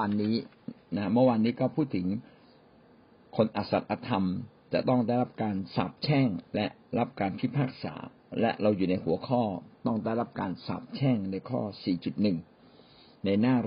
านนี้เมื่อวานนี้ก็พูดถึงคนอสัตย์อธรรมจะต้องได้รับการสาปแช่งและรับการพิพากษาและเราอยู่ในหัวข้อต้องได้รับการสาปแช่งในข้อ 4.1 ในหน้า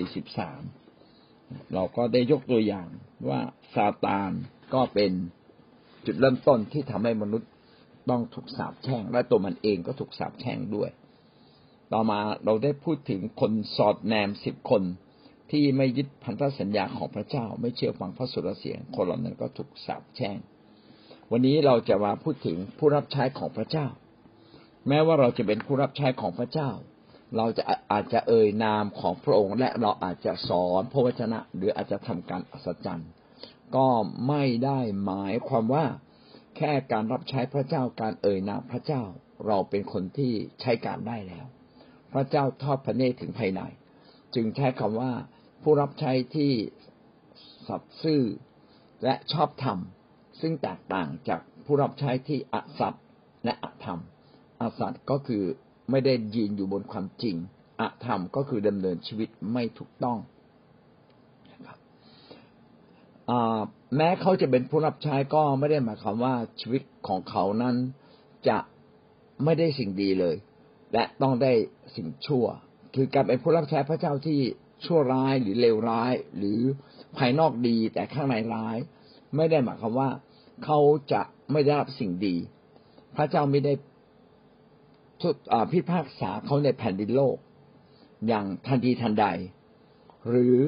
143เราก็ได้ยกตัวอย่างว่าซาตานก็เป็นจุดเริ่มต้นที่ทำให้มนุษย์ต้องถูกสาปแช่งและตัวมันเองก็ถูกสาปแช่งด้วยต่อมาเราได้พูดถึงคนสอดแนม10 คนที่ไม่ยึดพันธสัญญาของพระเจ้าไม่เชื่อฟังพระสุรเสียงคนเหล่านั้นก็ถูกสาปแช่งวันนี้เราจะมาพูดถึงผู้รับใช้ของพระเจ้าแม้ว่าเราจะเป็นผู้รับใช้ของพระเจ้าเราอาจจะเอ่ยนามของพระองค์และเราอาจจะสอนพระวจนะหรืออาจจะทำการอัศจรรย์ก็ไม่ได้หมายความว่าแค่การรับใช้พระเจ้าการเอ่ยนามพระเจ้าเราเป็นคนที่ใช้การได้แล้วพระเจ้าทอดพระเนตรถึงภายในจึงใช้คำว่าผู้รับใช้ที่สัตย์ซื่อและชอบธรรมซึ่งแตกต่างจากผู้รับใช้ที่อสัตย์และอธรรมอสัตย์ก็คือไม่ได้ยืนอยู่บนความจริงอธรรมก็คือดำเนินชีวิตไม่ถูกต้องนะครับแม้เขาจะเป็นผู้รับใช้ก็ไม่ได้หมายความว่าชีวิตของเขานั้นจะไม่ได้สิ่งดีเลยและต้องได้สิ่งชั่วคือการเป็นผู้รับใช้พระเจ้าที่ชั่วร้ายหรือเลวร้ายหรือภายนอกดีแต่ข้างในร้ายไม่ได้หมายความว่าเขาจะไม่ได้รับสิ่งดีพระเจ้าไม่ได้พิพากษาเขาในแผ่นดินโลกอย่างทันทีทันใดหรือ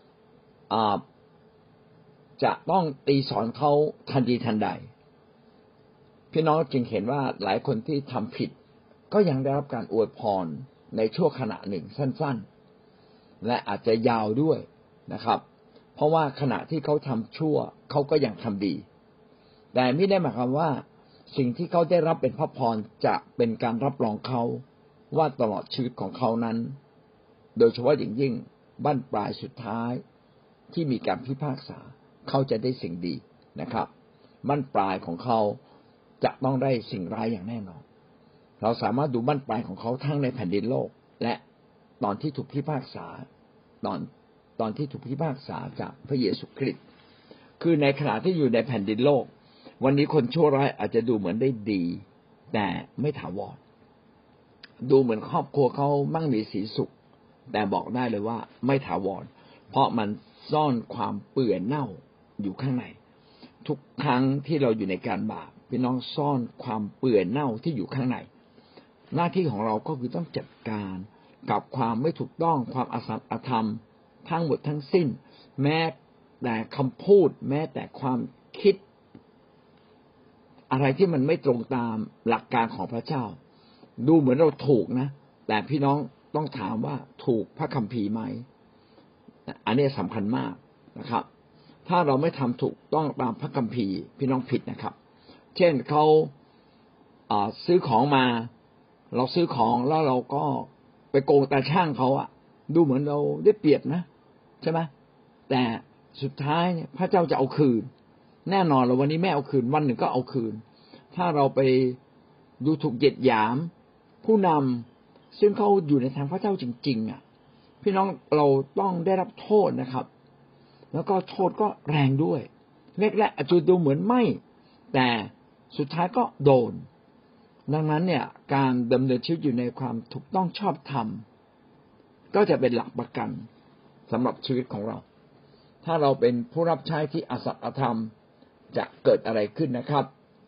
จะต้องตีสอนเขาทันทีทันใดพี่น้องจึงเห็นว่าหลายคนที่ทำผิดก็ยังได้รับการอวยพรในชั่วขณะหนึ่งสั้นๆและอาจจะยาวด้วยนะครับเพราะว่าขณะที่เขาทำชั่วเขาก็ยังทำดีแต่ไม่ได้หมายความว่าสิ่งที่เขาได้รับเป็นพระพรจะเป็นการรับรองเขาว่าตลอดชีวิตของเขานั้นโดยเฉพาะอย่างยิ่งบั้นปลายสุดท้ายที่มีการพิพากษาเขาจะได้สิ่งดีนะครับบั้นปลายของเขาจะต้องได้สิ่งร้ายอย่างแน่นอนเราสามารถดูบั้นปลายของเขาทั้งในแผ่นดินโลกและตอนที่ถูกพิพากษาตอนที่ถูกพิพากษาจากพระเยซูคริสต์คือในขณะที่อยู่ในแผ่นดินโลกวันนี้คนชั่วร้ายอาจจะดูเหมือนได้ดีแต่ไม่ถาวรดูเหมือนครอบครัวเขามั่งมีสีสุขแต่บอกได้เลยว่าไม่ถาวรเพราะมันซ่อนความเปื่อยเน่าอยู่ข้างในทุกครั้งที่เราอยู่ในการบาปพี่น้องซ่อนความเปื่อยเน่าที่อยู่ข้างในหน้าที่ของเราก็คือต้องจัดการกับความไม่ถูกต้องความอสัตย์อธรรมทั้งหมดทั้งสิ้นแม้แต่คำพูดแม้แต่ความคิดอะไรที่มันไม่ตรงตามหลักการของพระเจ้าดูเหมือนเราถูกนะแต่พี่น้องต้องถามว่าถูกพระคัมภีร์ไหมอันนี้สำคัญมากนะครับถ้าเราไม่ทำถูกต้องตามพระคัมภีร์พี่น้องผิดนะครับเช่นเขาซื้อของมาเราซื้อของแล้วเราก็ไปโกงตาช่างเขาอะดูเหมือนเราได้เปรียบนะใช่ไหมแต่สุดท้ายเนี่ยพระเจ้าจะเอาคืนแน่นอนแล้ววันนี้ไม่เอาคืนวันหนึ่งก็เอาคืนถ้าเราไปดูถูกเหยียดหยามผู้นำซึ่งเขาอยู่ในทางพระเจ้าจริงๆอ่ะพี่น้องเราต้องได้รับโทษนะครับแล้วก็โทษก็แรงด้วยแรกๆอาจจะดูเหมือนไม่แต่สุดท้ายก็โดนดังนั้นเนี่ยการดำเนินชีวิตอยู่ในความถูกต้องชอบธรรมก็จะเป็นหลักประกันสำหรับชีวิตของเราถ้าเราเป็นผู้รับใช้ที่อสัตย์อธรรมจะเกิดอะไรขึ้นนะครับ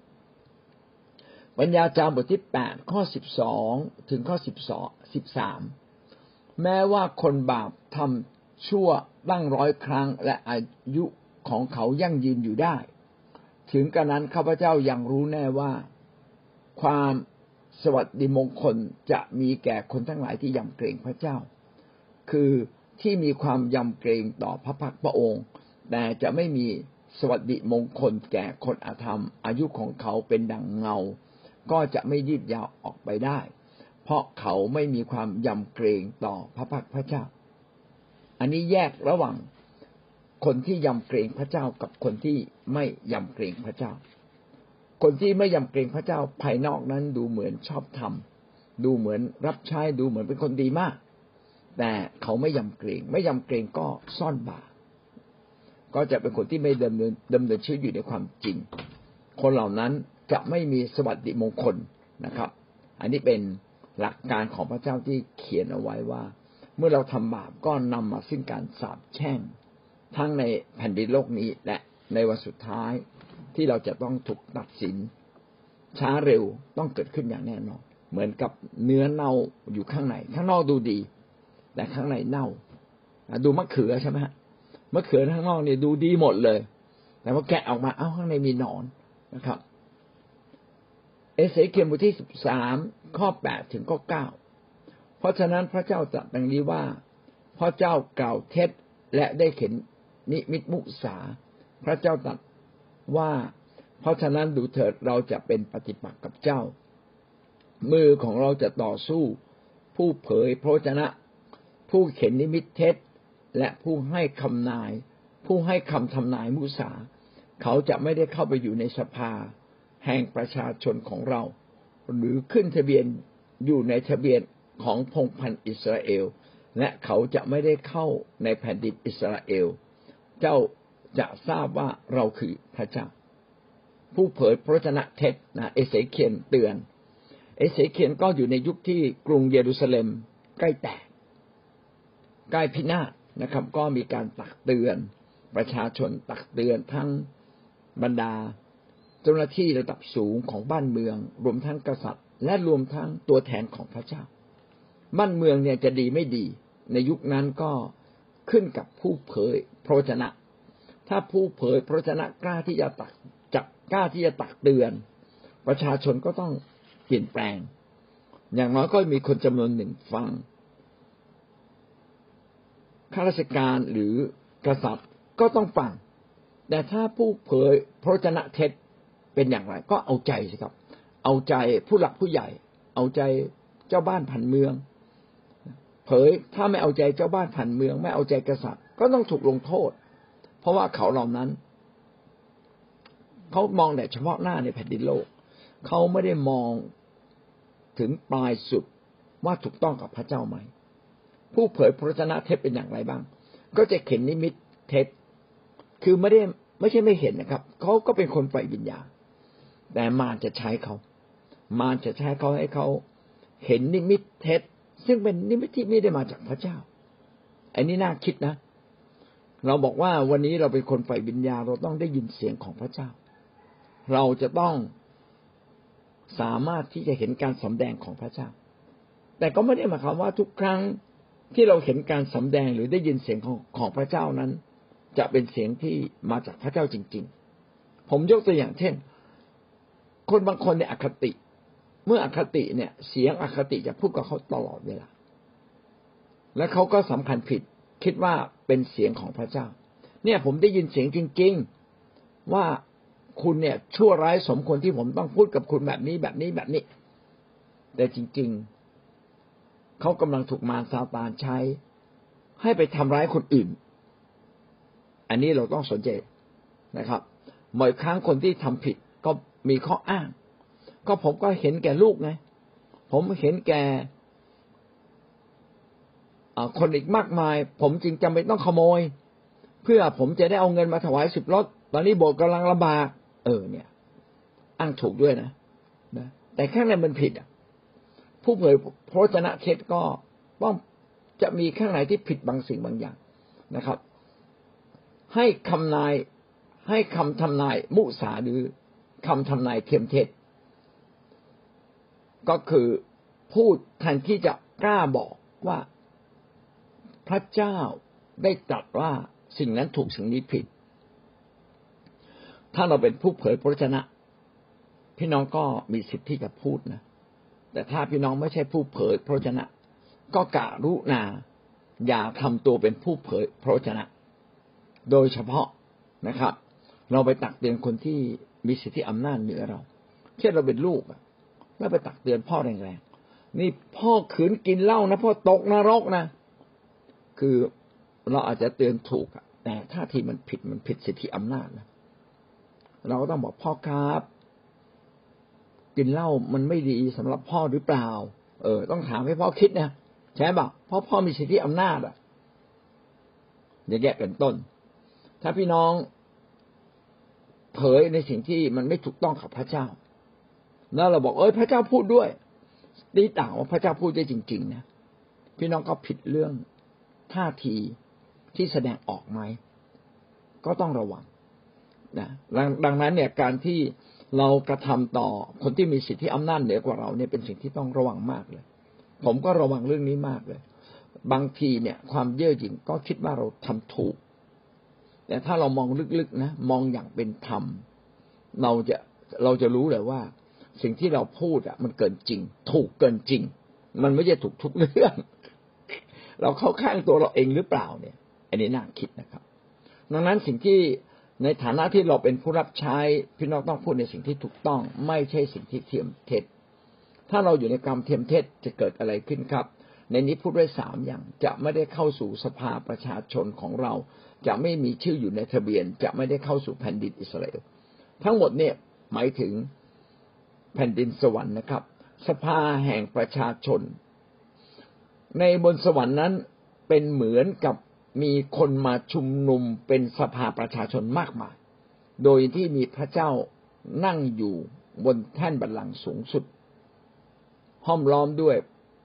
ปัญญาจารย์บทที่8ข้อ12ถึงข้อ13แม้ว่าคนบาปทำชั่วตั้ง100 ครั้งและอายุของเขายั่งยืนอยู่ได้ถึงกระนั้นข้าพเจ้ายังรู้แน่ว่าความสวัสดิมงคลจะมีแก่คนทั้งหลายที่ยำเกรงพระเจ้าคือที่มีความยำเกรงต่อพระพักพระองค์แต่จะไม่มีสวัสดิมงคลแก่คนอธรรมอายุของเขาเป็นดังเงาก็จะไม่ยืดยาวออกไปได้เพราะเขาไม่มีความยำเกรงต่อพระพักพระเจ้าอันนี้แยกระหว่างคนที่ยำเกรงพระเจ้ากับคนที่ไม่ยำเกรงพระเจ้าคนที่ไม่ยำเกรงพระเจ้าภายนอกนั้นดูเหมือนชอบธรรมดูเหมือนรับใช้ดูเหมือนเป็นคนดีมากแต่เขาไม่ยำเกรงก็ซ่อนบาปก็จะเป็นคนที่ไม่ดำเนินชีวิตอยู่ในความจริงคนเหล่านั้นจะไม่มีสวัสดิมงคลนะครับอันนี้เป็นหลักการของพระเจ้าที่เขียนเอาไว้ว่าเมื่อเราทำบาปก็นำมาซึ่งการสาปแช่งทั้งในแผ่นดินโลกนี้และในวันสุดท้ายที่เราจะต้องถูกตัดสินช้าเร็วต้องเกิดขึ้นอย่างแน่นอนเหมือนกับเนื้อเน่าอยู่ข้างในข้างนอกดูดีแต่ข้างในเน่าดูมะเขือใช่ไหมฮะมะเขือข้างนอกเนี่ยดูดีหมดเลยแต่พอแกะออกมาข้างในมีหนอนนะครับเอเสเคียลบทที่13ข้อ8ถึงข้อ9เพราะฉะนั้นพระเจ้าตรัสดังนี้ว่าเพราะเจ้ากล่าวเท็จและได้เข็นนิมิตมุสาพระเจ้าตรัสว่าเพราะฉะนั้นดูเถิดเราจะเป็นปฏิปักษ์กับเจ้ามือของเราจะต่อสู้ผู้เผยพระวจนะผู้เข็นนิมิตเท็จและผู้ให้คำนายผู้ให้คำทำนายมุสาเขาจะไม่ได้เข้าไปอยู่ในสภาแห่งประชาชนของเราหรือขึ้นทะเบียนอยู่ในทะเบียนของพงศ์พันธุ์อิสราเอลและเขาจะไม่ได้เข้าในแผ่นดินอิสราเอลเจ้าจะทราบว่าเราคือพระเจ้าผู้เผยพระวจนะเท็จนะเอเสเคียลเตือนเอเสเคียลก็อยู่ในยุคที่กรุงเยรูซาเล็มใกล้แตกใกล้พินาศนะครับก็มีการตักเตือนประชาชนตักเตือนทั้งบรรดาเจ้าหน้าที่ระดับสูงของบ้านเมืองรวมทั้งกษัตริย์และรวมทั้งตัวแทนของพระเจ้าบ้านเมืองเนี่ยจะดีไม่ดีในยุคนั้นก็ขึ้นกับผู้เผยพระวจนะถ้าผู้เผยพระวจนะกล้าที่จะตักเตือนประชาชนก็ต้องเปลี่ยนแปลงอย่างน้อยก็มีคนจำนวนหนึ่งฟังข้าราชการหรือกษัตริย์ก็ต้องฟังแต่ถ้าผู้เผยพระวจนะเท็จเป็นอย่างไรก็เอาใจสิครับเอาใจผู้หลักผู้ใหญ่เอาใจเจ้าบ้านผันเมืองเผยถ้าไม่เอาใจเจ้าบ้านผันเมืองไม่เอาใจกษัตริย์ก็ต้องถูกลงโทษเพราะว่าเขาเหล่านั้นเขามองแต่เฉพาะหน้าในแผ่นดินโลกเขาไม่ได้มองถึงปลายสุดว่าถูกต้องกับพระเจ้าไหมผู้เผยพระวจนะเท็จเป็นอย่างไรบ้างก็จะเข็นนิมิตเท็จคือไม่ใช่ไม่เห็นนะครับเขาก็เป็นคนฝ่ายวิญญาณแต่มารจะใช้เขาให้เขาเห็นนิมิตเท็จซึ่งเป็นนิมิตที่ไม่ได้มาจากพระเจ้าอันนี้น่าคิดนะเราบอกว่าวันนี้เราเป็นคนฝ่ายวิญญาณเราต้องได้ยินเสียงของพระเจ้าเราจะต้องสามารถที่จะเห็นการสำแดงของพระเจ้าแต่ก็ไม่ได้หมายความว่าทุกครั้งที่เราเห็นการสำแดงหรือได้ยินเสียงของพระเจ้านั้นจะเป็นเสียงที่มาจากพระเจ้าจริงๆผมยกตัวอย่างเช่นคนบางคนเนี่ยอคติเมื่ออคติเนี่ยเสียงอคติจะพูดกับเขาตลอดเวลาและเขาก็สำคัญผิดคิดว่าเป็นเสียงของพระเจ้าเนี่ยผมได้ยินเสียงจริงๆว่าคุณเนี่ยชั่วร้ายสมควรที่ผมต้องพูดกับคุณแบบนี้แต่จริงๆเขากำลังถูกมารซาตานใช้ให้ไปทำร้ายคนอื่นอันนี้เราต้องสนใจนะครับบ่อยครั้งคนที่ทำผิดก็มีข้ออ้างก็ผมก็เห็นแก่ลูกไงผมเห็นแก่คนอีกมากมายผมจึงจำเป็นต้องขโมยเพื่อผมจะได้เอาเงินมาถวาย10 รถตอนนี้โบสถ์กำลังลำบากเนี่ยอ้างถูกด้วยนะแต่ข้างในมันผิดผู้เผยพระวจนะเท็จก็ต้องจะมีข้างในที่ผิดบางสิ่งบางอย่างนะครับให้คำทำนายมุสาหรือคำทำนายเทียมเท็จก็คือพูดแทนที่จะกล้าบอกว่าพระเจ้าได้ตรัสว่าสิ่งนั้นถูกสิ่งนี้ผิดถ้าเราเป็นผู้เผยพระวจนะพี่น้องก็มีสิทธิ์ที่จะพูดนะแต่ถ้าพี่น้องไม่ใช่ผู้เผยพระวจนะก็กรุณาอย่าทำตัวเป็นผู้เผยพระวจนะโดยเฉพาะนะครับเราไปตักเตือนคนที่มีสิทธิอำนาจเหนือเราเช่นเราเป็นลูกแล้วไปตักเตือนพ่อแรงๆนี่พ่อขืนกินเหล้านะพ่อตกนรกนะคือเราอาจจะเตือนถูกแต่ท่าทีมันผิดสิทธิอำนาจนะเราก็ต้องบอกพ่อครับกินเหล้ามันไม่ดีสำหรับพ่อหรือเปล่าต้องถามให้พ่อคิดนะใช่ป่ะเพราะพ่อมีสิทธิอำนาจอย่างเงี้ยเป็นต้นถ้าพี่น้องเผยในสิ่งที่มันไม่ถูกต้องกับพระเจ้าแล้วเราบอกพระเจ้าพูดด้วยตีต่างว่าพระเจ้าพูดได้จริงๆนะพี่น้องก็ผิดเรื่องท่าทีที่แสดงออกไหมก็ต้องระวังนะดังนั้นเนี่ยการที่เรากระทำต่อคนที่มีสิทธิอำนาจเหนือกว่าเราเนี่ยเป็นสิ่งที่ต้องระวังมากเลยผมก็ระวังเรื่องนี้มากเลยบางทีเนี่ยความเย่อหยิ่งก็คิดว่าเราทำถูกแต่ถ้าเรามองลึกๆนะมองอย่างเป็นธรรมเราจะรู้เลยว่าสิ่งที่เราพูดมันเกินจริงถูกเกินจริงมันไม่ใช่ถูกทุกเรื่องเราเข้าข้างตัวเราเองหรือเปล่าเนี่ยอันนี้น่าคิดนะครับดังนั้นสิ่งที่ในฐานะที่เราเป็นผู้รับใช้พี่น้องต้องพูดในสิ่งที่ถูกต้องไม่ใช่สิ่งที่เทียมเท็จถ้าเราอยู่ในกรรมเทียมเท็จจะเกิดอะไรขึ้นครับในนี้พูดไว้3อย่างจะไม่ได้เข้าสู่สภาประชาชนของเราจะไม่มีชื่ออยู่ในทะเบียนจะไม่ได้เข้าสู่แผ่นดินอิสราเอลทั้งหมดเนี่ยหมายถึงแผ่นดินสวรรค์นะครับสภาแห่งประชาชนในบนสวรรค์นั้นเป็นเหมือนกับมีคนมาชุมนุมเป็นสภาประชาชนมากมายโดยที่มีพระเจ้านั่งอยู่บนแท่นบัลลังก์สูงสุดห้อมล้อมด้วย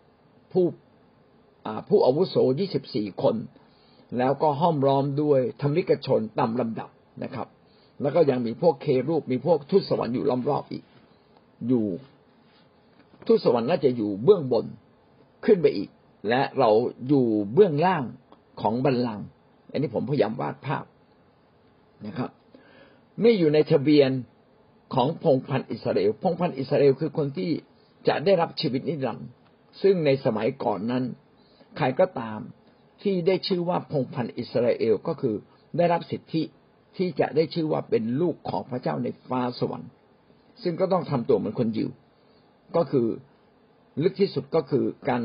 ผู้อาวุโส24คนแล้วก็ห้อมล้อมด้วยธรรมิกชนตามลำดับนะครับแล้วก็ยังมีพวกเครูปมีพวกทูตสวรรค์อยู่รอบๆอีกอยู่ทูตสวรรค์น่าจะอยู่เบื้องบนขึ้นไปอีกและเราอยู่เบื้องล่างของบัลลังก์อันนี้ผมพยายามวาดภาพนะครับไม่อยู่ในทะเบียนของพงศ์พันธุ์อิสราเอลพงศ์พันธุ์อิสราเอลคือคนที่จะได้รับชีวิตนิรันดร์ซึ่งในสมัยก่อนนั้นใครก็ตามที่ได้ชื่อว่าพงศ์พันธุ์อิสราเอลก็คือได้รับสิทธิที่จะได้ชื่อว่าเป็นลูกของพระเจ้าในฟ้าสวรรค์ซึ่งก็ต้องทำตัวเหมือนคนยิวก็คือลึกที่สุดก็คือการ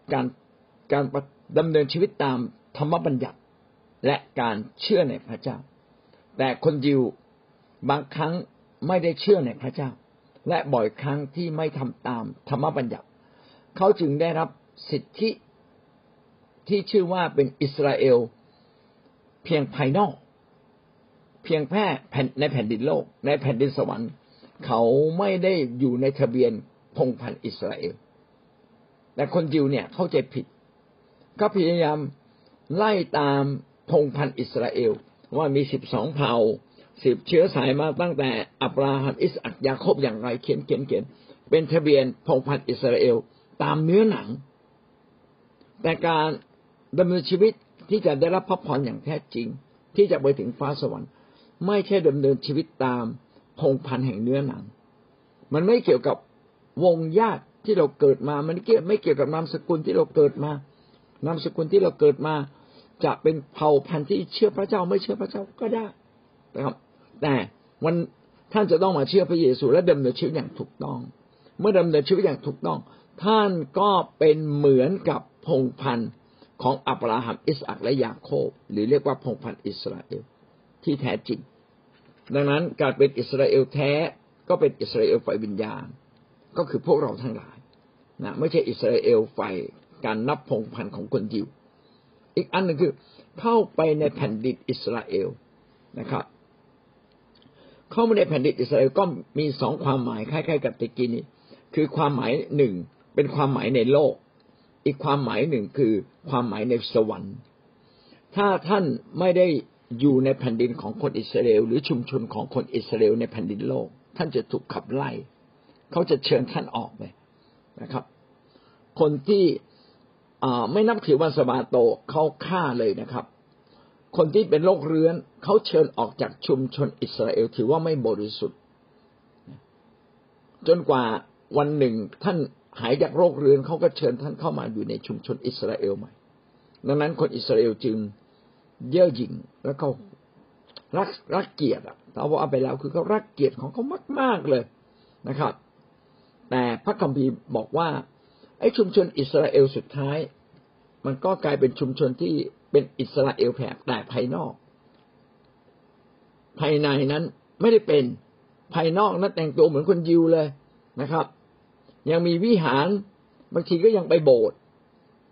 ดำเนินชีวิตตามธรรมบัญญัติและการเชื่อในพระเจ้าแต่คนยิวบางครั้งไม่ได้เชื่อในพระเจ้าและบ่อยครั้งที่ไม่ทำตามธรรมบัญญัติเขาจึงได้รับสิทธิที่ชื่อว่าเป็นอิสราเอลเพียงภายนอกเพียงแค่ในแผ่นดินโลกในแผ่นดินสวรรค์เขาไม่ได้อยู่ในทะเบียนพงศ์พันธุ์อิสราเอลแต่คนยิวเนี่ยเข้าใจผิดก็พยายามไล่ตามพงศ์พันธุ์อิสราเอลว่ามี12เผ่า10เชื้อสายมาตั้งแต่อับราฮัมอิสอัคยาโคบอย่างไรเขียนเป็นทะเบียนพงศ์พันธุ์อิสราเอลตามเนื้อหนังแต่การดำเนินชีวิตที่จะได้รับพระพรอย่างแท้จริงที่จะไปถึงฟ้าสวรรค์ไม่ใช่ดำเนินชีวิตตามพงศ์พันธุ์แห่งเนื้อหนังมันไม่เกี่ยวกับวงญาติที่เราเกิดมามันไม่เกี่ยวกับนามสกุลที่เราเกิดมานามสกุลที่เราเกิดมาจะเป็นเผ่าพันธุ์ที่เชื่อพระเจ้าไม่เชื่อพระเจ้าก็ได้นะครับแต่วันท่านจะต้องมาเชื่อพระเยซูและดำเนินชีวิตอย่างถูกต้องเมื่อดำเนินชีวิตอย่างถูกต้องท่านก็เป็นเหมือนกับพงศ์พันธุ์ของอับราฮัมอิสอัคและยาโคบหรือเรียกว่าพงศ์พันธุ์อิสราเอลที่แท้จริงดังนั้นการเป็นอิสราเอลแท้ก็เป็นอิสราเอลฝ่ายวิญญาณก็คือพวกเราทั้งหลายนะไม่ใช่อิสราเอลฝ่ายการนับพงศ์พันธุ์ของคนยิวอีกอันหนึ่งคือเข้าไปในแผ่นดินอิสราเอลนะครับเข้ามาในแผ่นดินอิสราเอลก็มี2ความหมายคล้ายๆกับตะกี้นี้คือความหมายหนึ่งเป็นความหมายในโลกอีกความหมายหนึ่งคือความหมายในสวรรค์ถ้าท่านไม่ได้อยู่ในแผ่นดินของคนอิสราเอลหรือชุมชนของคนอิสราเอลในแผ่นดินโลกท่านจะถูกขับไล่เขาจะเชิญท่านออกเลยนะครับคนที่ไม่นับถือวันสะบาโตเขาฆ่าเลยนะครับคนที่เป็นโรคเรื้อนเขาเชิญออกจากชุมชนอิสราเอลถือว่าไม่บริสุทธิ์จนกว่าวันหนึ่งท่านหายจากโรคเรื้อนเขาก็เชิญท่านเข้ามาอยู่ในชุมชนอิสราเอลใหม่ดังนั้นคนอิสราเอลจึงเย่อหยิ่งแล้วก็รักเกียรติถ้าว่าไปแล้วคือเขารักเกียรติของเขามากๆเลยนะครับแต่พระคัมภีร์บอกว่าไอ้ชุมชนอิสราเอลสุดท้ายมันก็กลายเป็นชุมชนที่เป็นอิสราเอลแต่ภายนอกภายในนั้นไม่ได้เป็นภายนอกนั้นแต่งตัวเหมือนคนยิวเลยนะครับยังมีวิหารบางทีก็ยังไปโบสถ์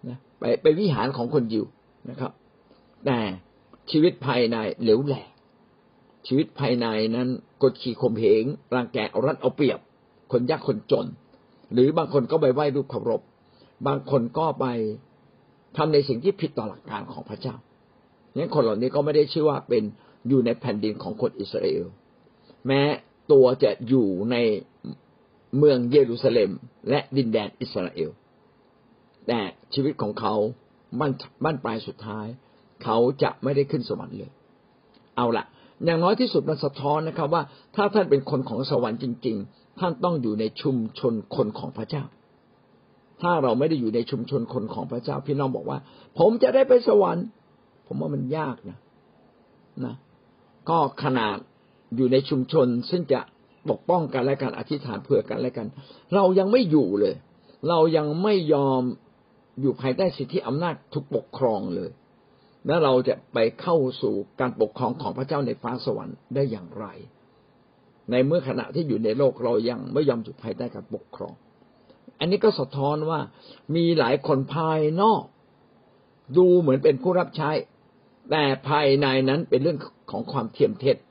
นะไปวิหารของคนยิวนะครับแต่ชีวิตภายในเหลวแหลกชีวิตภายในนั้นกดขี่ข่มเหงรังแกเอารัดเอาเปรียบคนยากคนจนหรือบางคนก็ไปไหว้รูปเคารพบางคนก็ไปทำในสิ่งที่ผิดต่อหลักการของพระเจ้างั้นคนเหล่านี้ก็ไม่ได้ชื่อว่าเป็นอยู่ในแผ่นดินของคนอิสราเอลแม้ตัวจะอยู่ในเมืองเยรูซาเล็มและดินแดนอิสราเอลแต่ชีวิตของเขาบั้นปลายสุดท้ายเขาจะไม่ได้ขึ้นสวรรค์เลยเอาล่ะอย่างน้อยที่สุดมันสะท้อนนะครับว่าถ้าท่านเป็นคนของสวรรค์จริงๆท่านต้องอยู่ในชุมชนคนของพระเจ้าถ้าเราไม่ได้อยู่ในชุมชนคนของพระเจ้าพี่น้องบอกว่าผมจะได้ไปสวรรค์ผมว่ามันยากนะก็ขนาดอยู่ในชุมชนซึ่งจะปกป้องกันและกันอธิษฐานเผื่อกันและกันเรายังไม่อยู่เลยเรายังไม่ยอมอยู่ภายใต้สิทธิอำนาจถูกปกครองเลยแล้วเราจะไปเข้าสู่การปกครองของพระเจ้าในฟ้าสวรรค์ได้อย่างไรในเมื่อขณะที่อยู่ในโลกเรายังไม่ยอมอยู่ภายใต้การปกครองอันนี้ก็สะท้อนว่ามีหลายคนภายนอกดูเหมือนเป็นผู้รับใช้แต่ภายในนั้นเป็นเรื่องของความเทียมเท็จ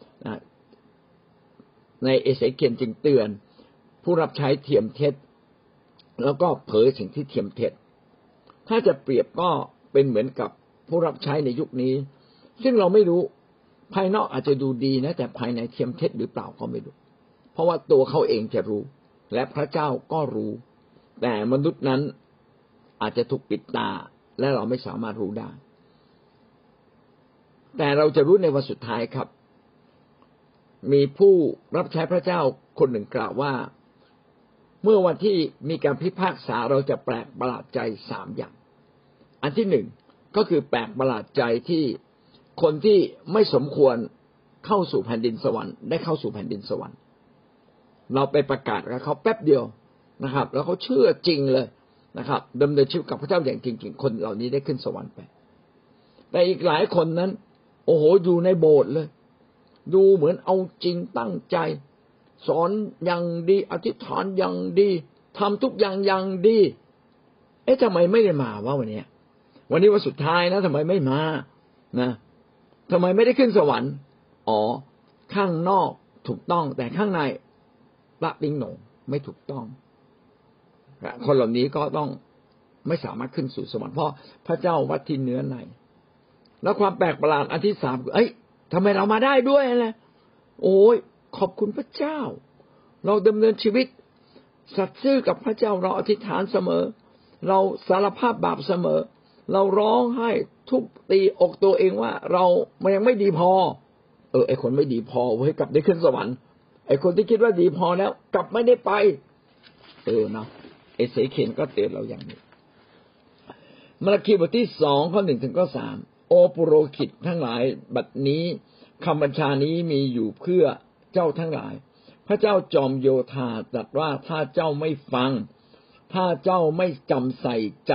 ในเอเสเคียลจึงเตือนผู้รับใช้เทียมเท็จแล้วก็เผยสิ่งที่เทียมเท็จถ้าจะเปรียบก็เป็นเหมือนกับผู้รับใช้ในยุคนี้ซึ่งเราไม่รู้ภายนอกอาจจะดูดีนะแต่ภายในเทียมเท็จหรือเปล่าก็ไม่รู้เพราะว่าตัวเขาเองจะรู้และพระเจ้าก็รู้แต่มนุษย์นั้นอาจจะถูกปิดตาและเราไม่สามารถรู้ได้แต่เราจะรู้ในวันสุดท้ายครับมีผู้รับใช้พระเจ้าคนหนึ่งกล่าวว่าเมื่อวันที่มีการพิพากษาเราจะแปลกประหลาดใจ3อย่างอันที่หนึ่งก็คือแปลกประหลาดใจที่คนที่ไม่สมควรเข้าสู่แผ่นดินสวรรค์ได้เข้าสู่แผ่นดินสวรรค์เราไปประกาศกับเขาแป๊บเดียวนะครับแล้วเขาเชื่อจริงเลยนะครับดำเนินชีวิตกับพระเจ้าอย่างจริงๆคนเหล่านี้ได้ขึ้นสวรรค์ไปแต่อีกหลายคนนั้นโอ้โหอยู่ในโบสถ์เลยดูเหมือนเอาจริงตั้งใจสอนอย่างดีอธิษฐานอย่างดีทำทุกอย่างอย่างดีทำไมไม่ได้มาวะวันนี้วันสุดท้ายนะทำไมไม่มานะทำไมไม่ได้ขึ้นสวรรค์ข้างนอกถูกต้องแต่ข้างในละลิ้งหนงไม่ถูกต้องคนเหล่านี้ก็ต้องไม่สามารถขึ้นสู่สวรรค์เพราะพระเจ้าวัดที่เนื้อในแล้วความแปลกประหลาดอันที่สามคือทำไมเรามาได้ด้วยล่ะโอ้ยขอบคุณพระเจ้าเราดำเนินชีวิตสัตย์ซื่อกับพระเจ้าเราอธิษฐานเสมอเราสารภาพบาปเสมอเราร้องไห้ทุบตีอกตัวเองว่าเรายังไม่ดีพอไอ้คนไม่ดีพอเว้ยกลับได้ขึ้นสวรรค์ไอ้คนที่คิดว่าดีพอแล้วกลับไม่ได้ไปเนาะเอเสเคียลก็เตือนเราอย่างนี้มาระคีบทที่2ข้อ1ถึงข้อ3โอปุโรหิตทั้งหลายบัดนี้คำบัญชานี้มีอยู่เพื่อเจ้าทั้งหลายพระเจ้าจอมโยธาตรัสว่าถ้าเจ้าไม่ฟังถ้าเจ้าไม่จำใส่ใจ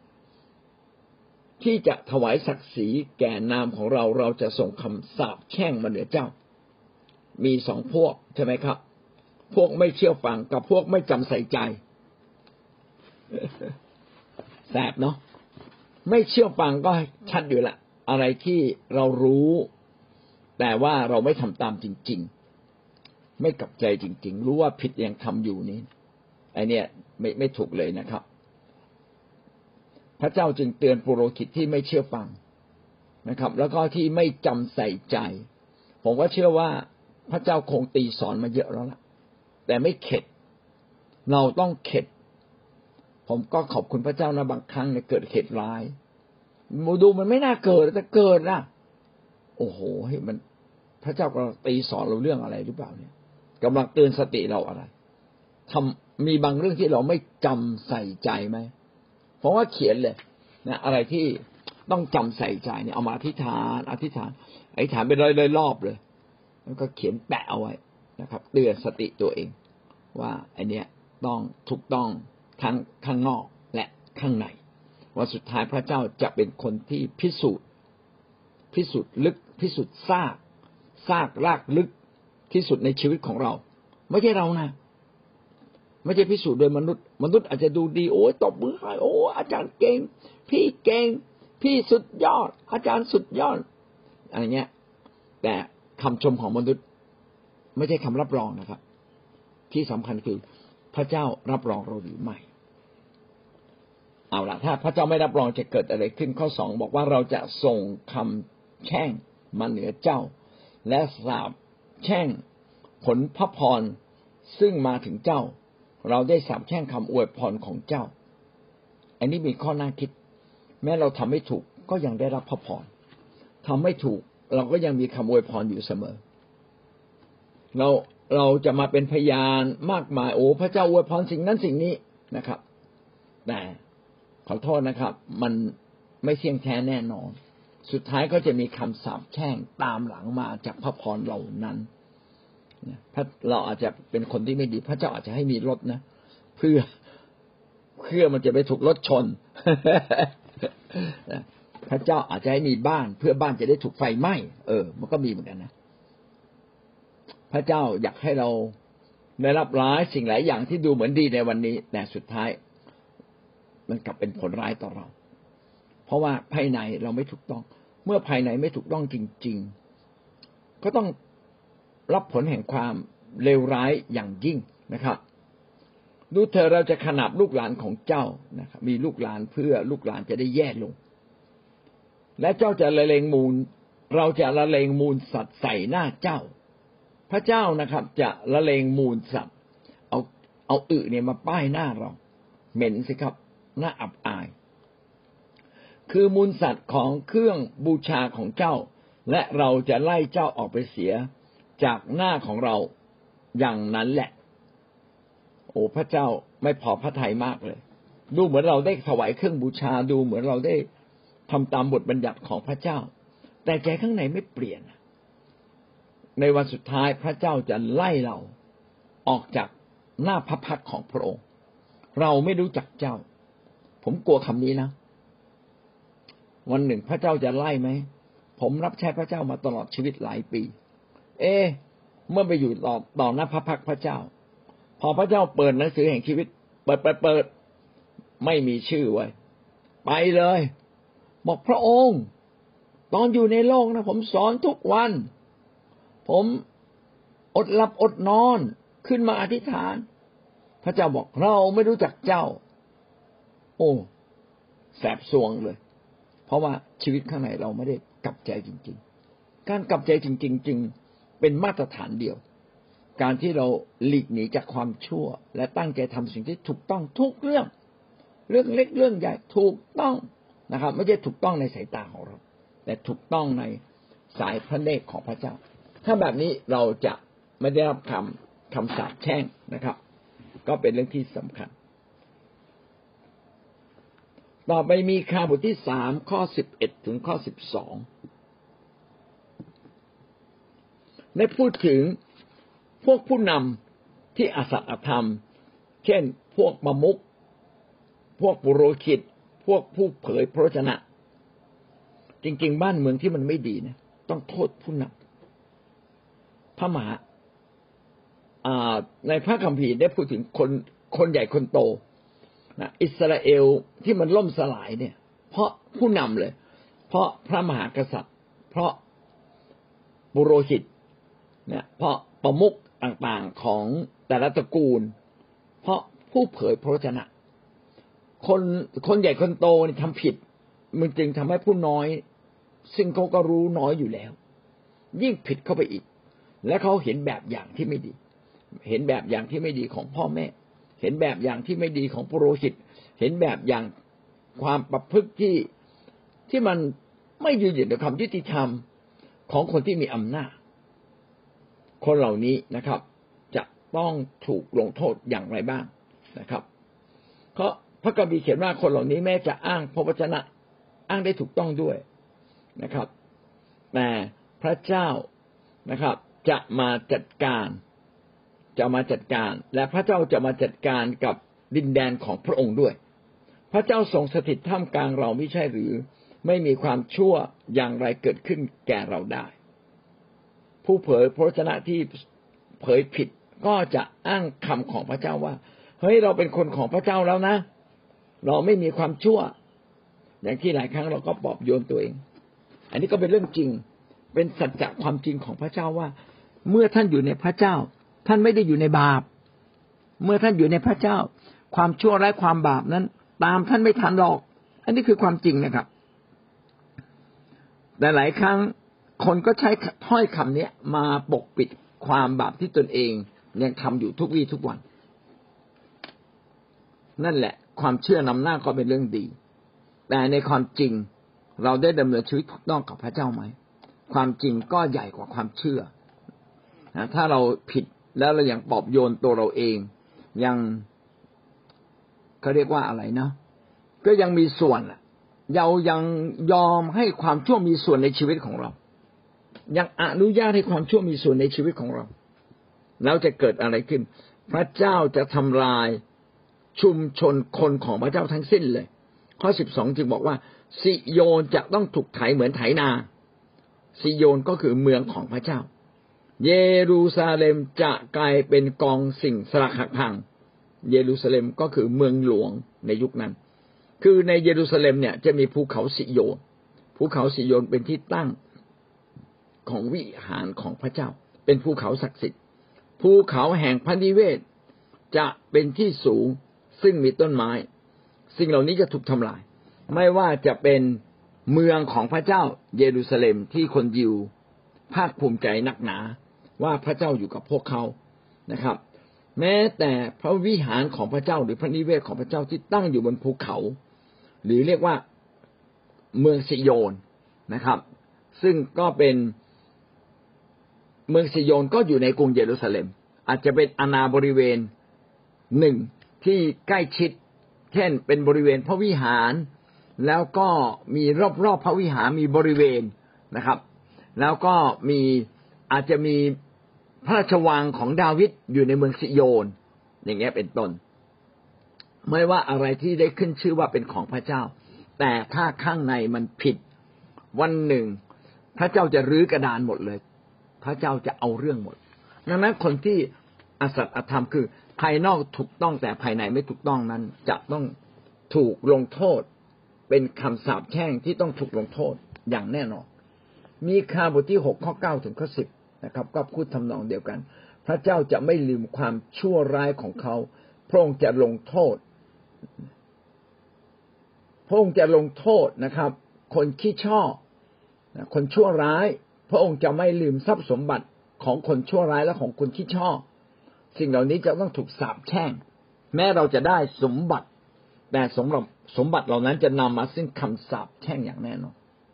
ที่จะถวายศักดิ์ศรีแก่นามของเราเราจะส่งคำสาปแช่งมาเหนือเจ้ามี2พวกใช่ไหมครับพวกไม่เชื่อฟังกับพวกไม่จำใส่ใจแสบเนาะไม่เชื่อฟังก็ชัดอยู่ละอะไรที่เรารู้แต่ว่าเราไม่ทำตามจริงๆไม่กลับใจจริงๆรู้ว่าผิดยังทำอยู่นี้ไอเนี่ยไม่ถูกเลยนะครับพระเจ้าจึงเตือนปุโรหิตที่ไม่เชื่อฟังนะครับแล้วก็ที่ไม่จำใส่ใจผมก็เชื่อว่าพระเจ้าคงตีสอนมาเยอะแล้วล่ะแต่ไม่เข็ดเราต้องเข็ดผมก็ขอบคุณพระเจ้านะบางครั้งเนี่ยเกิดเหตุร้ายดูมันไม่น่าเกิดแต่เกิดนะโอ้โหมันพระเจ้ากำลังตีสอนเราเรื่องอะไรหรือเปล่าเนี่ยกำลังเตือนสติเราอะไรมีบางเรื่องที่เราไม่จำใส่ใจไหมเพราะว่าเขียนเลยนะอะไรที่ต้องจำใส่ใจเนี่ยเอามาอธิษฐานไปเลยรอบเลยแล้วก็เขียนแปะเอาไว้นะครับเตือนสติตัวเองว่าไอเนี้ยต้องถูกต้องทั้งข้างนอกและข้างในว่าสุดท้ายพระเจ้าจะเป็นคนที่พิสูจน์ลึกพิสูจน์ซากรากลึกที่สุดในชีวิตของเราไม่ใช่เรานะไม่ใช่พิสูจน์โดยมนุษย์มนุษย์อาจจะดูดีโอ้ยตบมือให้โอ้อาจารย์เก่งพี่เก่งพี่สุดยอดอาจารย์สุดยอดอะไรเงี้ยแต่คำชมของมนุษย์ไม่ใช่คำรับรองนะครับที่สำคัญคือพระเจ้ารับรองเราหรือไม่เอาล่ะถ้าพระเจ้าไม่รับรองจะเกิดอะไรขึ้นข้อ2บอกว่าเราจะส่งคำแช่งมาเหนือเจ้าและสาปแช่งผลพระพรซึ่งมาถึงเจ้าเราได้สาปแช่งคำอวยพรของเจ้าอันนี้มีข้อน่าคิดแม้เราทำไม่ถูกก็ยังได้รับพระพรทำไม่ถูกเราก็ยังมีคำอวยพรอยู่เสมอเราจะมาเป็นพยานมากมายโอ้พระเจ้าอวยพรสิ่งนั้นสิ่งนี้นะครับแต่ขอโทษนะครับมันไม่เที่ยงแท้แน่นอนสุดท้ายก็จะมีคำสาปแช่งตามหลังมาจากพระพรเหล่านั้นเราอาจจะเป็นคนที่ไม่ดีพระเจ้าอาจจะให้มีรถนะเพื่อมันจะไปถูกรถชน พระเจ้าอาจจะให้มีบ้านเพื่อบ้านจะได้ถูกไฟไหม้มันก็มีเหมือนกันนะพระเจ้าอยากให้เราได้รับร้ายสิ่งหลายอย่างที่ดูเหมือนดีในวันนี้แต่สุดท้ายมันกลับเป็นผลร้ายต่อเราเพราะว่าภายในเราไม่ถูกต้องเมื่อภายในไม่ถูกต้องจริงๆก็ต้องรับผลแห่งความเลวร้ายอย่างยิ่งนะครับดูเธอเราจะขนาบลูกหลานของเจ้านะครับมีลูกหลานเพื่อลูกหลานจะได้แย่ลงและเจ้าจะละเลงมูลเราจะละเลงมูลสัตว์ใส่หน้าเจ้าพระเจ้านะครับจะละเลงมูลสัตว์เอาเนี่ยมาป้ายหน้าเราเหม็นสิครับน่าอับอายคือมูลสัตว์ของเครื่องบูชาของเจ้าและเราจะไล่เจ้าออกไปเสียจากหน้าของเราอย่างนั้นแหละโอ้พระเจ้าไม่พอพระทัยมากเลยดูเหมือนเราได้ถวายเครื่องบูชาดูเหมือนเราได้ทำตามบทบัญญัติของพระเจ้าแต่ใจข้างในไม่เปลี่ยนในวันสุดท้ายพระเจ้าจะไล่เราออกจากหน้าพระพักตร์ของพระองค์เราไม่รู้จักเจ้าผมกลัวคำนี้นะวันหนึ่งพระเจ้าจะไล่ไหมผมรับใช้พระเจ้ามาตลอดชีวิตหลายปีเมื่อไปอยู่ต่อหน้าพระพักตร์พระเจ้าพอพระเจ้าเปิดหนังสือแห่งชีวิตเปิดไม่มีชื่อไว้ไปเลยบอกพระองค์ตอนอยู่ในโลกนะผมสอนทุกวันผมอดหลับอดนอนขึ้นมาอธิษฐานพระเจ้าบอกเราไม่รู้จักเจ้าโอ้แสบซวงเลยเพราะว่าชีวิตข้างในเราไม่ได้กลับใจจริงๆการกลับใจจริงๆจึงเป็นมาตรฐานเดียวการที่เราหลีกหนีจากความชั่วและตั้งใจทำสิ่งที่ถูกต้องทุกเรื่องเล็กเรื่องใหญ่ถูกต้องนะครับไม่ใช่ถูกต้องในสายตาของเราแต่ถูกต้องในสายพระเนตรของพระเจ้าถ้าแบบนี้เราจะไม่ได้รับคำสาปแช่งนะครับก็เป็นเรื่องที่สำคัญต่อไปมีคาบทที่3ข้อ11ถึงข้อ12ได้พูดถึงพวกผู้นำที่อสัตย์อธรรมเช่นพวกประมุขพวกปุโรหิตพวกผู้เผยพระวจนะจริงๆบ้านเมืองที่มันไม่ดีนะต้องโทษผู้นำพระมหาในพระคัมภีร์ได้พูดถึงคนใหญ่คนโตนะอิสราเอลที่มันล่มสลายเนี่ยเพราะผู้นำเลยเพราะพระมหากษัตริย์เพราะปุโรหิตเนี่ยเพราะประมุขต่างๆของแต่ละตระกูลเพราะผู้เผยพระวจนะคนใหญ่คนโตนี่ทำผิดมันจึงทำให้ผู้น้อยซึ่งเขาก็รู้น้อยอยู่แล้วยิ่งผิดเข้าไปอีกและเขาเห็นแบบอย่างที่ไม่ดีเห็นแบบอย่างที่ไม่ดีของพ่อแม่เห็นแบบอย่างที่ไม่ดีของปุโรหิตเห็นแบบอย่างความประพฤติที่มันไม่ยืนหยัดในความยุติธรรมของคนที่มีอำนาจคนเหล่านี้นะครับจะต้องถูกลงโทษอย่างไรบ้างนะครับเพราะพระคัมภีร์เขียนว่าคนเหล่านี้แม้จะอ้างพระวจนะอ้างได้ถูกต้องด้วยนะครับแต่พระเจ้านะครับจะมาจัดการและพระเจ้าจะมาจัดการกับดินแดนของพระองค์ด้วยพระเจ้าทรงสถิตท่ามกลางเราไม่ใช่หรือไม่มีความชั่วอย่างไรเกิดขึ้นแก่เราได้ผู้เผยพระวจนะที่เผยผิดก็จะอ้างคำของพระเจ้าว่าเฮ้ยเราเป็นคนของพระเจ้าแล้วนะเราไม่มีความชั่วอย่างที่หลายครั้งเราก็ปลอบโยนตัวเองอันนี้ก็เป็นเรื่องจริงเป็นสัจจะความจริงของพระเจ้าว่าเมื่อท่านอยู่ในพระเจ้าท่านไม่ได้อยู่ในบาปเมื่อท่านอยู่ในพระเจ้าความชั่วและความบาปนั้นตามท่านไม่ทันหรอกอันนี้คือความจริงนะครับแต่หลายครั้งคนก็ใช้ถ้อยคำนี้มาปกปิดความบาปที่ตนเองยังทำอยู่ทุกวี่ทุกวันนั่นแหละความเชื่อนำหน้าก็เป็นเรื่องดีแต่ในความจริงเราได้ดำเนินชีวิตถูกต้องกับพระเจ้าไหมความจริงก็ใหญ่กว่าความเชื่อถ้าเราผิดแล้วเรายังปลอบโยนตัวเราเองยังเขาเรียกว่าอะไรนะก็ยังมีส่วนเรายังยอมให้ความชั่วมีส่วนในชีวิตของเรายังอนุญาตให้ความชั่วมีส่วนในชีวิตของเราแล้วจะเกิดอะไรขึ้นพระเจ้าจะทำลายชุมชนคนของพระเจ้าทั้งสิ้นเลยข้อ12จึงบอกว่าซิโยนจะต้องถูกไถเหมือนไถนาซิโยนก็คือเมืองของพระเจ้าเยรูซาเล็มจะกลายเป็นกองสิ่งสลักหักพังเยรูซาเล็มก็คือเมืองหลวงในยุคนั้นคือในเยรูซาเล็มเนี่ยจะมีภูเขาซิโยนภูเขาซิโยนเป็นที่ตั้งของวิหารของพระเจ้าเป็นภูเขาศักดิ์สิทธิ์ภูเขาแห่งพระนิเวศจะเป็นที่สูงซึ่งมีต้นไม้สิ่งเหล่านี้จะถูกทำลายไม่ว่าจะเป็นเมืองของพระเจ้าเยรูซาเล็มที่คนยิวภาคภูมิใจนักหนาว่าพระเจ้าอยู่กับพวกเขานะครับแม้แต่พระวิหารของพระเจ้าหรือพระนิเวศของพระเจ้าที่ตั้งอยู่บนภูเขาหรือเรียกว่าเมืองซิโยนนะครับซึ่งก็เป็นเมืองซิโยนก็อยู่ในกรุงเยรูซาเล็มอาจจะเป็นอาณาบริเวณหนึ่งที่ใกล้ชิดเช่นเป็นบริเวณพระวิหารแล้วก็มีรอบๆพระวิหารมีบริเวณนะครับแล้วก็มีอาจจะมีพระราชวังของดาวิดอยู่ในเมืองซิโยนอย่างเงี้ยเป็นต้นไม่ว่าอะไรที่ได้ขึ้นชื่อว่าเป็นของพระเจ้าแต่ถ้าข้างในมันผิดวันหนึ่งพระเจ้าจะรื้อกระดานหมดเลยพระเจ้าจะเอาเรื่องหมดดังนั้นคนที่อสัตย์อธรรมคือภายนอกถูกต้องแต่ภายในไม่ถูกต้องนั้นจะต้องถูกลงโทษเป็นคำสาปแช่งที่ต้องถูกลงโทษอย่างแน่นอนมีคาบทที่6ข้อ9ถึงข้อ10นะครับก็พูดทำนองเดียวกันพระเจ้าจะไม่ลืมความชั่วร้ายของเขาพระองค์จะลงโทษพระองค์จะลงโทษนะครับคนขี้ช่อคนชั่วร้ายพระองค์จะไม่ลืมทรัพย์สมบัติของคนชั่วร้ายและของคนขี้ช่อสิ่งเหล่านี้จะต้องถูกสาปแช่งแม้เราจะได้สมบัติแต่สมบัติเหล่านั้นจะนำมาซึ่งคำสาปแช่งอย่างแน่นอน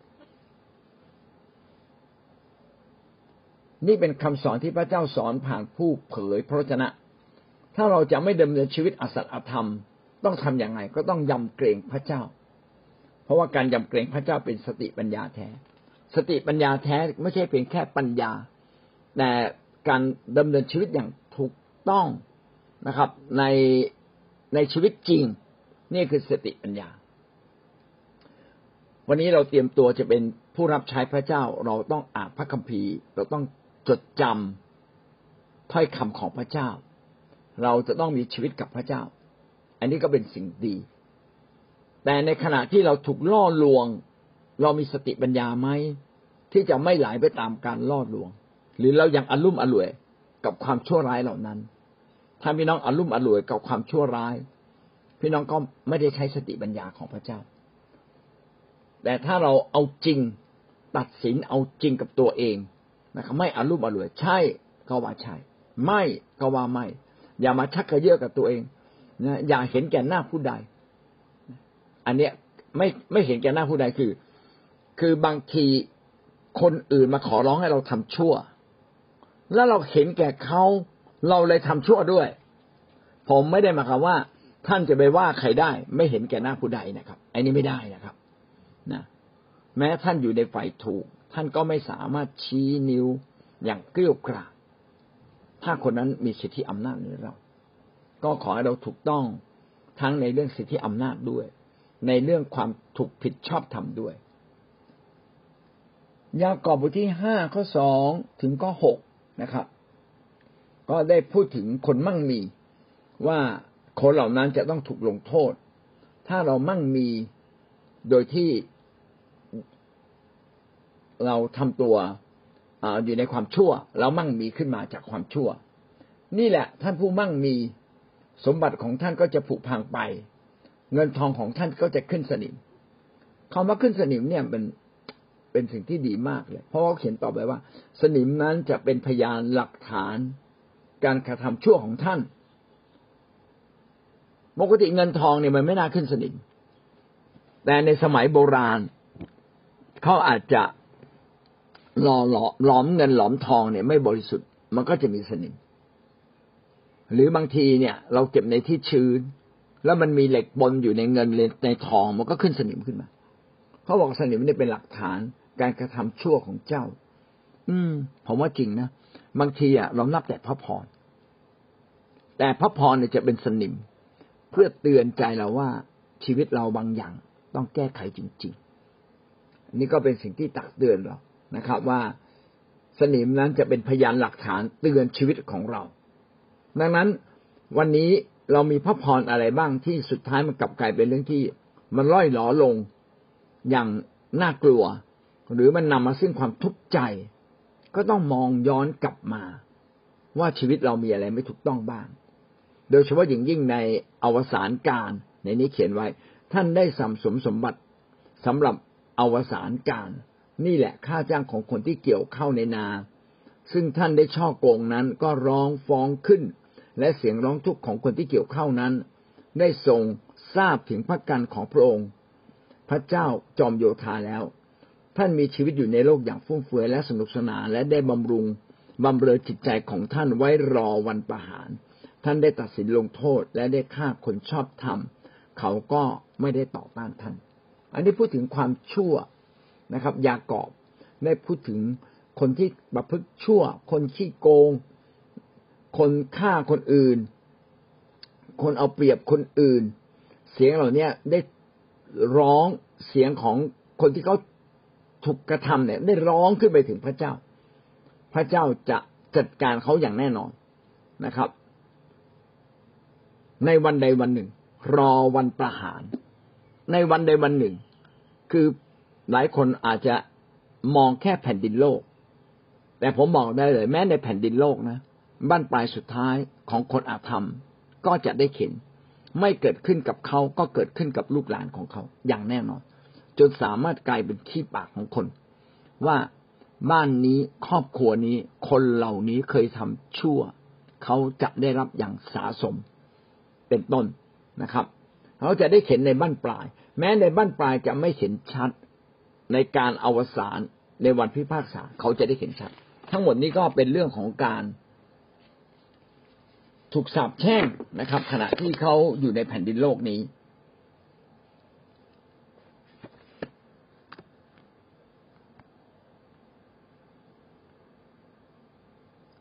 นี่เป็นคำสอนที่พระเจ้าสอนผ่านผู้เผยพระวจนะถ้าเราจะไม่ดำเนินชีวิตอสัตย์อธรรมต้องทำอย่างไรก็ต้องยำเกรงพระเจ้าเพราะว่าการยำเกรงพระเจ้าเป็นสติปัญญาแท้สติปัญญาแท้ไม่ใช่เพียงแค่ปัญญาแต่การดำเนินชีวิตอย่างถูกต้องนะครับในชีวิตจริงนี่คือสติปัญญาวันนี้เราเตรียมตัวจะเป็นผู้รับใช้พระเจ้าเราต้องอ่านพระคัมภีร์เราต้องจดจำถ้อยคำของพระเจ้าเราจะต้องมีชีวิตกับพระเจ้าอันนี้ก็เป็นสิ่งดีแต่ในขณะที่เราถูกล่อลวงเรามีสติปัญญาไหมที่จะไม่ไหลไปตามการล่อลวงหรือเรายังอลุ่มอล่วยกับความชั่วร้ายเหล่านั้นถ้าพี่น้องอลุ่มอล่วยกับความชั่วร้ายพี่น้องก็ไม่ได้ใช้สติปัญญาของพระเจ้าแต่ถ้าเราเอาจริงตัดสินเอาจริงกับตัวเองนะครับไม่อลุ่มอล่วยใช่ก็ว่าใช่ไม่ก็ว่าไม่อย่ามาชักกระเยาะกับตัวเองนะอย่าเห็นแก่หน้าผู้ใดอันเนี้ยไม่เห็นแก่หน้าผู้ใดคือบางทีคนอื่นมาขอร้องให้เราทำชั่วแล้วเราเห็นแก่เขาเราเลยทำชั่วด้วยผมไม่ได้หมายความว่าท่านจะไปว่าใครได้ไม่เห็นแก่หน้าผู้ใดนะครับอันนี้ไม่ได้นะครับนะแม้ท่านอยู่ในฝ่ายถูกท่านก็ไม่สามารถชี้นิ้วอย่างเกลี้ยกล่อมถ้าคนนั้นมีสิทธิอำนาจเหนือเราก็ขอให้เราถูกต้องทั้งในเรื่องสิทธิอำนาจด้วยในเรื่องความถูกผิดชอบธรรมด้วยยากอบบทที่5ข้อ2ถึงข้อ6นะครับก็ได้พูดถึงคนมั่งมีว่าคนเหล่านั้นจะต้องถูกลงโทษถ้าเรามั่งมีโดยที่เราทำตัวอยู่ในความชั่วเรามั่งมีขึ้นมาจากความชั่วนี่แหละท่านผู้มั่งมีสมบัติของท่านก็จะผุพังไปเงินทองของท่านก็จะขึ้นสนิมคำว่าขึ้นสนิมเนี่ยเป็นสิ่งที่ดีมากเลยเพราะเขาเขียนต่อไปว่าสนิมนั้นจะเป็นพยานหลักฐานการกระทำชั่วของท่านปกติเงินทองเนี่ยมันไม่น่าขึ้นสนิมแต่ในสมัยโบราณเขาอาจจะหลอมเงินหลอมทองเนี่ยไม่บริสุทธิ์มันก็จะมีสนิมหรือบางทีเนี่ยเราเก็บในที่ชื้นแล้วมันมีเหล็กปนอยู่ในเงินในทองมันก็ขึ้นสนิมขึ้นมาเขาบอกสนิมนี่เป็นหลักฐานการกระทำชั่วของเจ้าผมว่าจริงนะบางทีเรานับแต่พระพรแต่พระพรเนี่ยจะเป็นสนิมเพื่อเตือนใจเราว่าชีวิตเราบางอย่างต้องแก้ไขจริงๆนี่ก็เป็นสิ่งที่ตักเตือนเรานะครับว่าสนิมนั้นจะเป็นพยานหลักฐานเตือนชีวิตของเราดังนั้นวันนี้เรามีพระพรอะไรบ้างที่สุดท้ายมันกลับกลายเป็นเรื่องที่มันล่อยหลอลงอย่างน่ากลัวหรือมันนำมาซึ่งความทุกข์ใจก็ต้องมองย้อนกลับมาว่าชีวิตเรามีอะไรไม่ถูกต้องบ้างโดยเฉพาะอย่างยิ่งในอวสานการในนี้เขียนไว้ท่านได้สั่งสมสมบัติสำหรับอวสานการนี่แหละค่าจ้างของคนที่เกี่ยวเข้าในนาซึ่งท่านได้ฉ้อโกงนั้นก็ร้องฟ้องขึ้นและเสียงร้องทุกข์ของคนที่เกี่ยวเข้านั้นได้ทรงทราบถึงพระกันของพระองค์พระเจ้าจอมโยธาแล้วท่านมีชีวิตอยู่ในโลกอย่างฟุ่มเฟือยและสนุกสนานและได้บำเรอจิตใจของท่านไว้รอวันประหารท่านได้ตัดสินลงโทษและได้ฆ่าคนชอบธรรมเขาก็ไม่ได้ต่อต้านท่านอันนี้พูดถึงความชั่วนะครับยากอบได้พูดถึงคนที่ประพฤติชั่วคนขี้โกงคนฆ่าคนอื่นคนเอาเปรียบคนอื่นเสียงเหล่านี้ได้ร้องเสียงของคนที่เขาถูกกระทำเนี่ยได้ร้องขึ้นไปถึงพระเจ้าพระเจ้าจะจัดการเขาอย่างแน่นอนนะครับในวันใดวันหนึ่งรอวันประหารในวันใดวันหนึ่งคือหลายคนอาจจะมองแค่แผ่นดินโลกแต่ผมบอกได้เลยแม้ในแผ่นดินโลกนะบั้นปลายสุดท้ายของคนอาธรรมก็จะได้เห็นไม่เกิดขึ้นกับเขาก็เกิดขึ้นกับลูกหลานของเขาอย่างแน่นอนจนสามารถกลายเป็นที่ปากของคนว่าบ้านนี้ครอบครัวนี้คนเหล่านี้เคยทำชั่วเขาจะได้รับอย่างสาสมเป็นต้นนะครับเขาจะได้เห็นในบั้นปลายแม้ในบั้นปลายจะไม่เห็นชัดในการอวสานในวันพิพากษาเขาจะได้เห็นชัดทั้งหมดนี้ก็เป็นเรื่องของการถูกสาปแช่งนะครับขณะที่เขาอยู่ในแผ่นดินโลกนี้